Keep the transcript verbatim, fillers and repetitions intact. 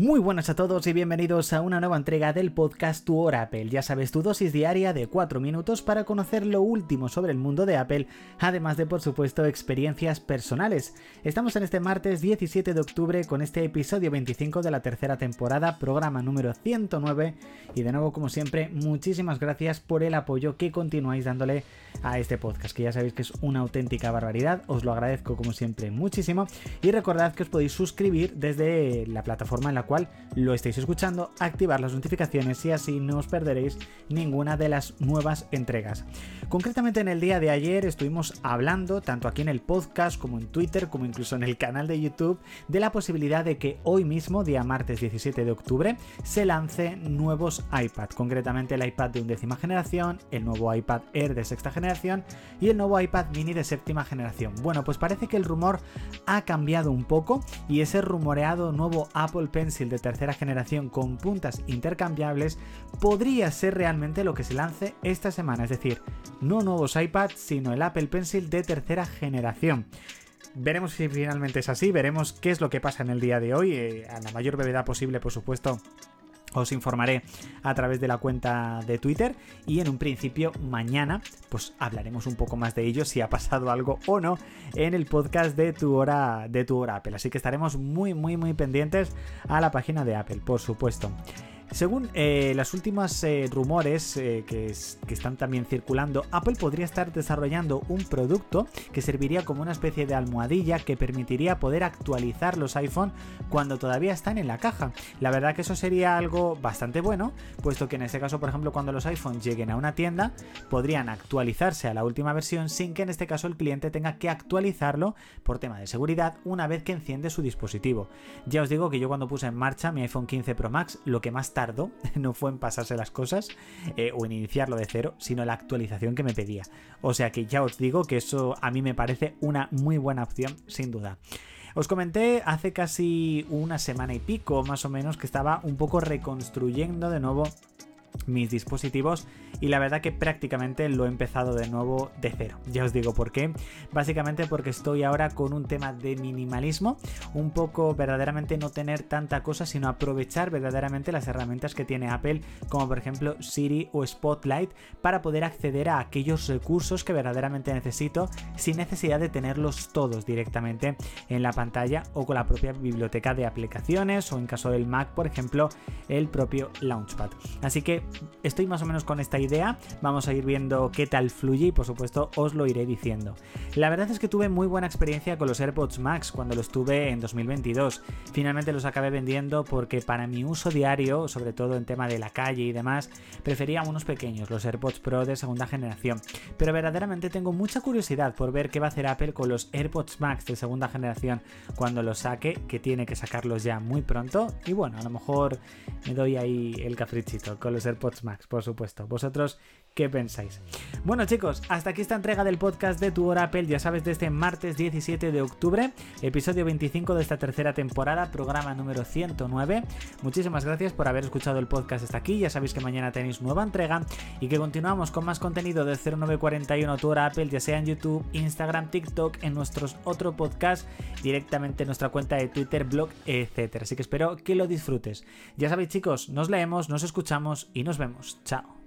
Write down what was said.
Muy buenas a todos y bienvenidos a una nueva entrega del podcast Tu Hora Apple. Ya sabes, tu dosis diaria de cuatro minutos para conocer lo último sobre el mundo de Apple, además de, por supuesto, experiencias personales. Estamos en este martes diecisiete de octubre con este episodio veinticinco de la tercera temporada, programa número ciento nueve, y de nuevo, como siempre, muchísimas gracias por el apoyo que continuáis dándole a este podcast, que ya sabéis que es una auténtica barbaridad. Os lo agradezco como siempre muchísimo y recordad que os podéis suscribir desde la plataforma en la cual lo estáis escuchando, activar las notificaciones y así no os perderéis ninguna de las nuevas entregas. Concretamente en el día de ayer estuvimos hablando, tanto aquí en el podcast como en Twitter, como incluso en el canal de YouTube, de la posibilidad de que hoy mismo, día martes diecisiete de octubre, se lance nuevos iPad, concretamente el iPad de undécima generación, el nuevo iPad Air de sexta generación y el nuevo iPad mini de séptima generación. Bueno, pues parece que el rumor ha cambiado un poco y ese rumoreado nuevo Apple Pencil de tercera generación con puntas intercambiables podría ser realmente lo que se lance esta semana, es decir, no nuevos iPads, sino el Apple Pencil de tercera generación. Veremos si finalmente es así, veremos qué es lo que pasa en el día de hoy, eh, a la mayor brevedad posible, por supuesto. Os informaré a través de la cuenta de Twitter y en un principio mañana pues hablaremos un poco más de ello, si ha pasado algo o no, en el podcast de tu hora de tu hora Apple. Así que estaremos muy muy muy pendientes a la página de Apple, por supuesto. Según eh, las últimas eh, rumores eh, que, es, que están también circulando, Apple podría estar desarrollando un producto que serviría como una especie de almohadilla que permitiría poder actualizar los iPhone cuando todavía están en la caja. La verdad que eso sería algo bastante bueno, puesto que en este caso, por ejemplo, cuando los iPhones lleguen a una tienda, podrían actualizarse a la última versión sin que en este caso el cliente tenga que actualizarlo por tema de seguridad una vez que enciende su dispositivo. Ya os digo que yo cuando puse en marcha mi iPhone quince Pro Max, lo que más tardó no fue en pasarse las cosas eh, o en iniciarlo de cero, sino la actualización que me pedía. O sea que ya os digo que eso a mí me parece una muy buena opción, sin duda. Os comenté hace casi una semana y pico, más o menos, que estaba un poco reconstruyendo de nuevo mis dispositivos y la verdad que prácticamente lo he empezado de nuevo de cero. Ya os digo por qué. Básicamente porque estoy ahora con un tema de minimalismo, un poco verdaderamente no tener tanta cosa, sino aprovechar verdaderamente las herramientas que tiene Apple, como por ejemplo Siri o Spotlight, para poder acceder a aquellos recursos que verdaderamente necesito sin necesidad de tenerlos todos directamente en la pantalla o con la propia biblioteca de aplicaciones o en caso del Mac, por ejemplo, el propio Launchpad. Así que estoy más o menos con esta idea, vamos a ir viendo qué tal fluye y por supuesto os lo iré diciendo. La verdad es que tuve muy buena experiencia con los AirPods Max cuando los tuve en dos mil veintidós. Finalmente los acabé vendiendo porque para mi uso diario, sobre todo en tema de la calle y demás, prefería unos pequeños, los AirPods Pro de segunda generación. Pero verdaderamente tengo mucha curiosidad por ver qué va a hacer Apple con los AirPods Max de segunda generación cuando los saque, que tiene que sacarlos ya muy pronto. Y bueno, a lo mejor me doy ahí el caprichito con los AirPods Max, por supuesto. ¿Vosotros qué pensáis? Bueno, chicos, hasta aquí esta entrega del podcast de Tu Hora Apple, ya sabes, de este martes diecisiete de octubre, episodio veinticinco de esta tercera temporada, programa número ciento nueve. Muchísimas gracias por haber escuchado el podcast hasta aquí. Ya sabéis que mañana tenéis nueva entrega y que continuamos con más contenido de cero nueve cuarenta y uno Tu Hora Apple, ya sea en YouTube, Instagram, TikTok, en nuestros otros podcasts, directamente en nuestra cuenta de Twitter, blog, etcétera. Así que espero que lo disfrutes. Ya sabéis, chicos, nos leemos, nos escuchamos y nos vemos. Chao.